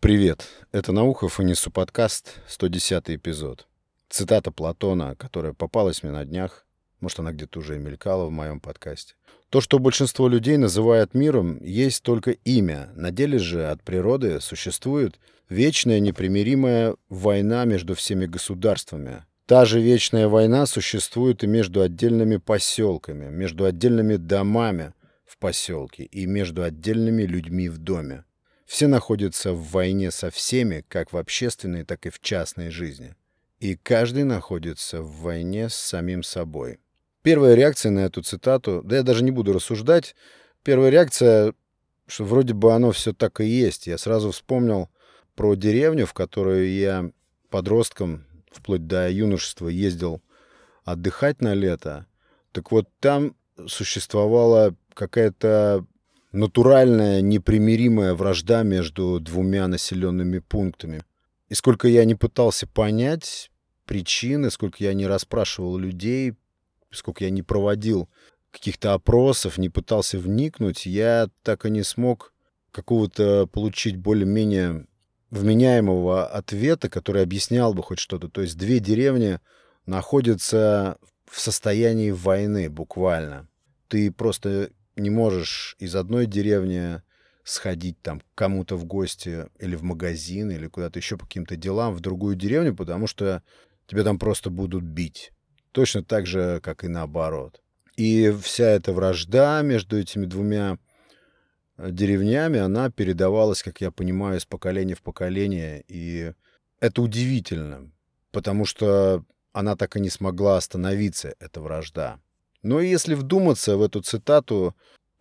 Привет, это Наухов и Несу подкаст, 110-й эпизод. Цитата Платона, которая попалась мне на днях, может, она где-то уже и мелькала в моем подкасте. То, что большинство людей называют миром, есть только имя. На деле же от природы существует вечная непримиримая война между всеми государствами. Та же вечная война существует и между отдельными поселками, между отдельными домами в поселке и между отдельными людьми в доме. Все находятся в войне со всеми, как в общественной, так и в частной жизни. И каждый находится в войне с самим собой. Первая реакция на эту цитату, да я даже не буду рассуждать, первая реакция, что вроде бы оно все так и есть. Я сразу вспомнил про деревню, в которую я подростком, вплоть до юношества, ездил отдыхать на лето. Так вот, там существовала какая-то натуральная, непримиримая вражда между двумя населенными пунктами. И сколько я не пытался понять причины, сколько я не расспрашивал людей, сколько я не проводил каких-то опросов, не пытался вникнуть, я так и не смог какого-то получить более-менее вменяемого ответа, который объяснял бы хоть что-то. То есть две деревни находятся в состоянии войны буквально. Ты просто не можешь из одной деревни сходить там к кому-то в гости или в магазин, или куда-то еще по каким-то делам в другую деревню, потому что тебя там просто будут бить. Точно так же, как и наоборот. И вся эта вражда между этими двумя деревнями, она передавалась, как я понимаю, из поколения в поколение. И это удивительно, потому что она так и не смогла остановиться, эта вражда. Но если вдуматься в эту цитату,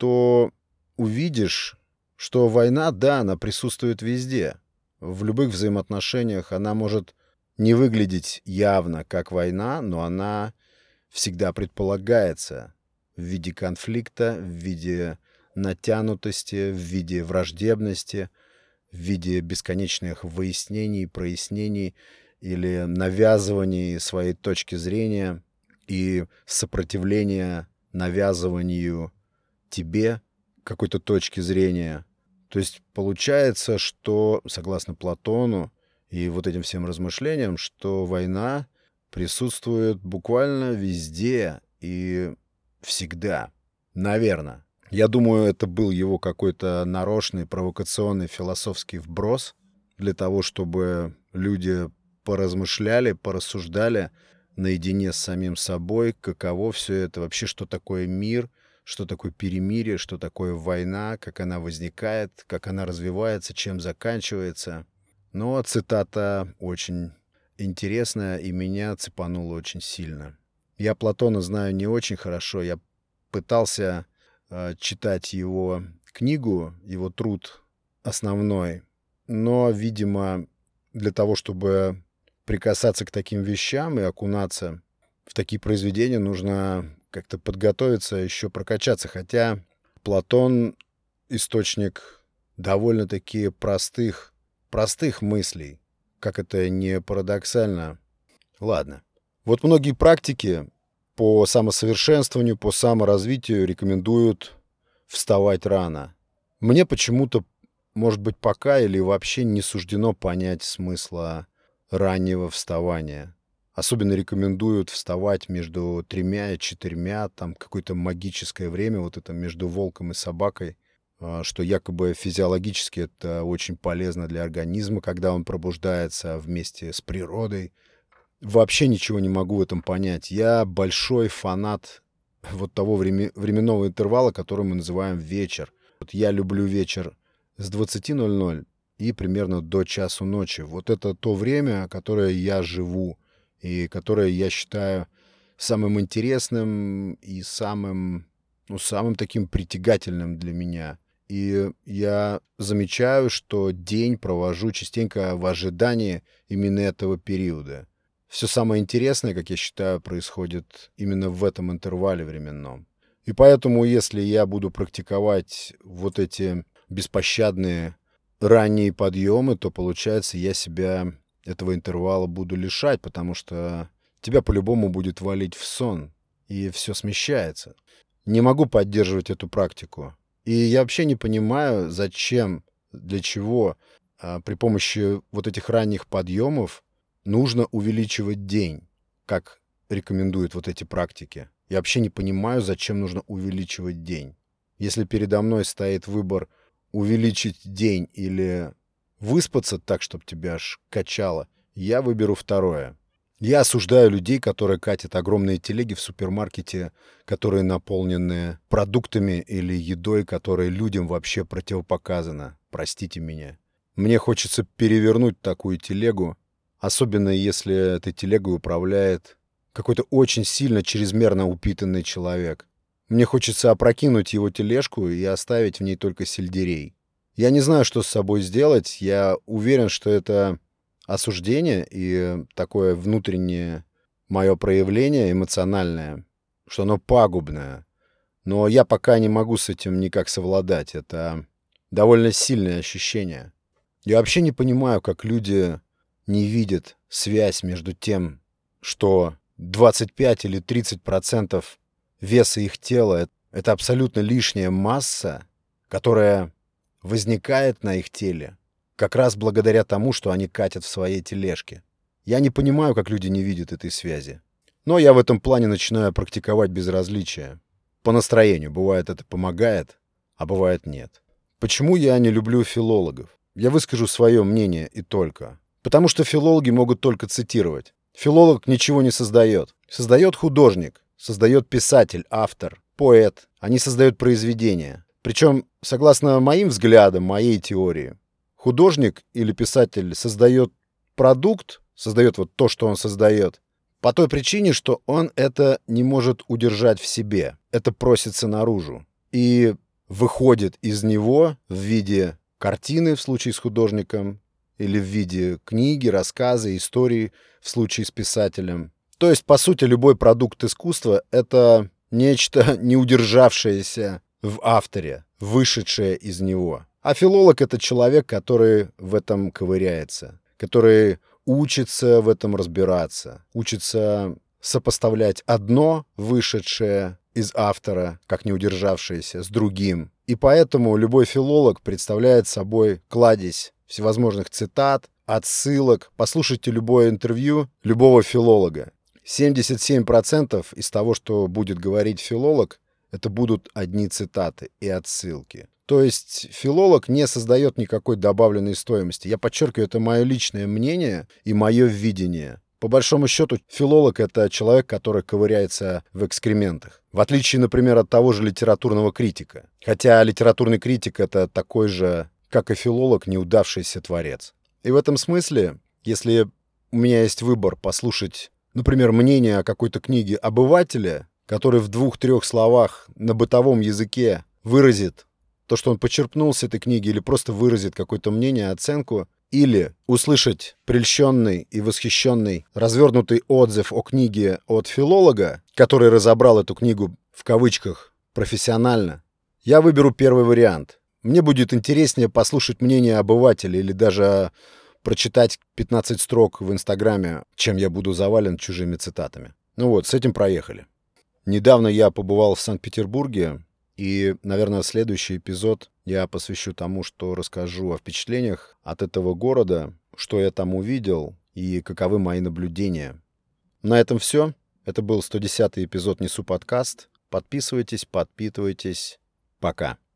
то увидишь, что война, да, она присутствует везде. В любых взаимоотношениях она может не выглядеть явно как война, но она всегда предполагается в виде конфликта, в виде натянутости, в виде враждебности, в виде бесконечных выяснений, прояснений или навязываний своей точки зрения и сопротивления навязыванию тебе какой-то точки зрения. То есть получается, что, согласно Платону и вот этим всем размышлениям, что война присутствует буквально везде и всегда. Наверное. Я думаю, это был его какой-то нарочный, провокационный философский вброс для того, чтобы люди поразмышляли, порассуждали наедине с самим собой, каково все это, вообще, что такое мир, что такое перемирие, что такое война, как она возникает, как она развивается, чем заканчивается. Но цитата очень интересная и меня цепанула очень сильно. Я Платона знаю не очень хорошо, я пытался читать его книгу, его труд основной, но, видимо, для того, чтобы прикасаться к таким вещам и окунаться в такие произведения, нужно как-то подготовиться, еще прокачаться. Хотя Платон — источник довольно-таки простых мыслей. Как это не парадоксально. Ладно. Вот многие практики по самосовершенствованию, по саморазвитию рекомендуют вставать рано. Мне почему-то, может быть, пока или вообще не суждено понять смысла раннего вставания. Особенно рекомендуют вставать между 3 и 4, там какое-то магическое время, вот это между волком и собакой, что якобы физиологически это очень полезно для организма, когда он пробуждается вместе с природой. Вообще ничего не могу в этом понять. Я большой фанат вот того временного интервала, который мы называем вечер. Вот я люблю вечер с 20:00 и примерно до часу ночи. Вот это то время, которое я живу и которое я считаю самым интересным и самым таким притягательным для меня. И я замечаю, что день провожу частенько в ожидании именно этого периода. Все самое интересное, как я считаю, происходит именно в этом интервале временном. И поэтому, если я буду практиковать вот эти беспощадные ранние подъемы, то, получается, я себя этого интервала буду лишать, потому что тебя по-любому будет валить в сон, и все смещается. Не могу поддерживать эту практику. И я вообще не понимаю, зачем, для чего при помощи вот этих ранних подъемов нужно увеличивать день, как рекомендуют вот эти практики. Я вообще не понимаю, зачем нужно увеличивать день. Если передо мной стоит выбор увеличить день или выспаться так, чтобы тебя аж качало, я выберу второе. Я осуждаю людей, которые катят огромные телеги в супермаркете, которые наполнены продуктами или едой, которые людям вообще противопоказано. Простите меня. Мне хочется перевернуть такую телегу, особенно если этой телегой управляет какой-то очень сильно чрезмерно упитанный человек. Мне хочется опрокинуть его тележку и оставить в ней только сельдерей. Я не знаю, что с собой сделать. Я уверен, что это осуждение и такое внутреннее мое проявление эмоциональное, что оно пагубное. Но я пока не могу с этим никак совладать. Это довольно сильное ощущение. Я вообще не понимаю, как люди не видят связь между тем, что 25 или 30% веса их тела — это абсолютно лишняя масса, которая возникает на их теле как раз благодаря тому, что они катят в своей тележке. Я не понимаю, как люди не видят этой связи. Но я в этом плане начинаю практиковать безразличие. По настроению. Бывает это помогает, а бывает нет. Почему я не люблю филологов? Я выскажу свое мнение и только. Потому что филологи могут только цитировать. Филолог ничего не создает. Создает художник, создает писатель, автор, поэт. Они создают произведения. Причем, согласно моим взглядам, моей теории, художник или писатель создает продукт, создает вот то, что он создает, по той причине, что он это не может удержать в себе. Это просится наружу. И выходит из него в виде картины в случае с художником, или в виде книги, рассказа, истории в случае с писателем. То есть, по сути, любой продукт искусства — это нечто, не удержавшееся в авторе, вышедшее из него. А филолог — это человек, который в этом ковыряется, который учится в этом разбираться, учится сопоставлять одно, вышедшее из автора, как не удержавшееся, с другим. И поэтому любой филолог представляет собой кладезь всевозможных цитат, отсылок. Послушайте любое интервью любого филолога. 77% из того, что будет говорить филолог, это будут одни цитаты и отсылки. То есть филолог не создает никакой добавленной стоимости. Я подчеркиваю, это мое личное мнение и мое видение. По большому счету, филолог — это человек, который ковыряется в экскрементах. В отличие, например, от того же литературного критика. Хотя литературный критик — это такой же, как и филолог, неудавшийся творец. И в этом смысле, если у меня есть выбор послушать, например, мнение о какой-то книге обывателя, который в 2-3 словах на бытовом языке выразит то, что он почерпнул с этой книги, или просто выразит какое-то мнение, оценку, или услышать прельщенный и восхищенный развернутый отзыв о книге от филолога, который разобрал эту книгу в кавычках профессионально, я выберу первый вариант. Мне будет интереснее послушать мнение обывателя или даже прочитать 15 строк в Инстаграме, чем я буду завален чужими цитатами. Ну вот, с этим проехали. Недавно я побывал в Санкт-Петербурге, и, наверное, следующий эпизод я посвящу тому, что расскажу о впечатлениях от этого города, что я там увидел и каковы мои наблюдения. На этом все. Это был 110-й эпизод «Несу подкаст». Подписывайтесь, подпитывайтесь. Пока.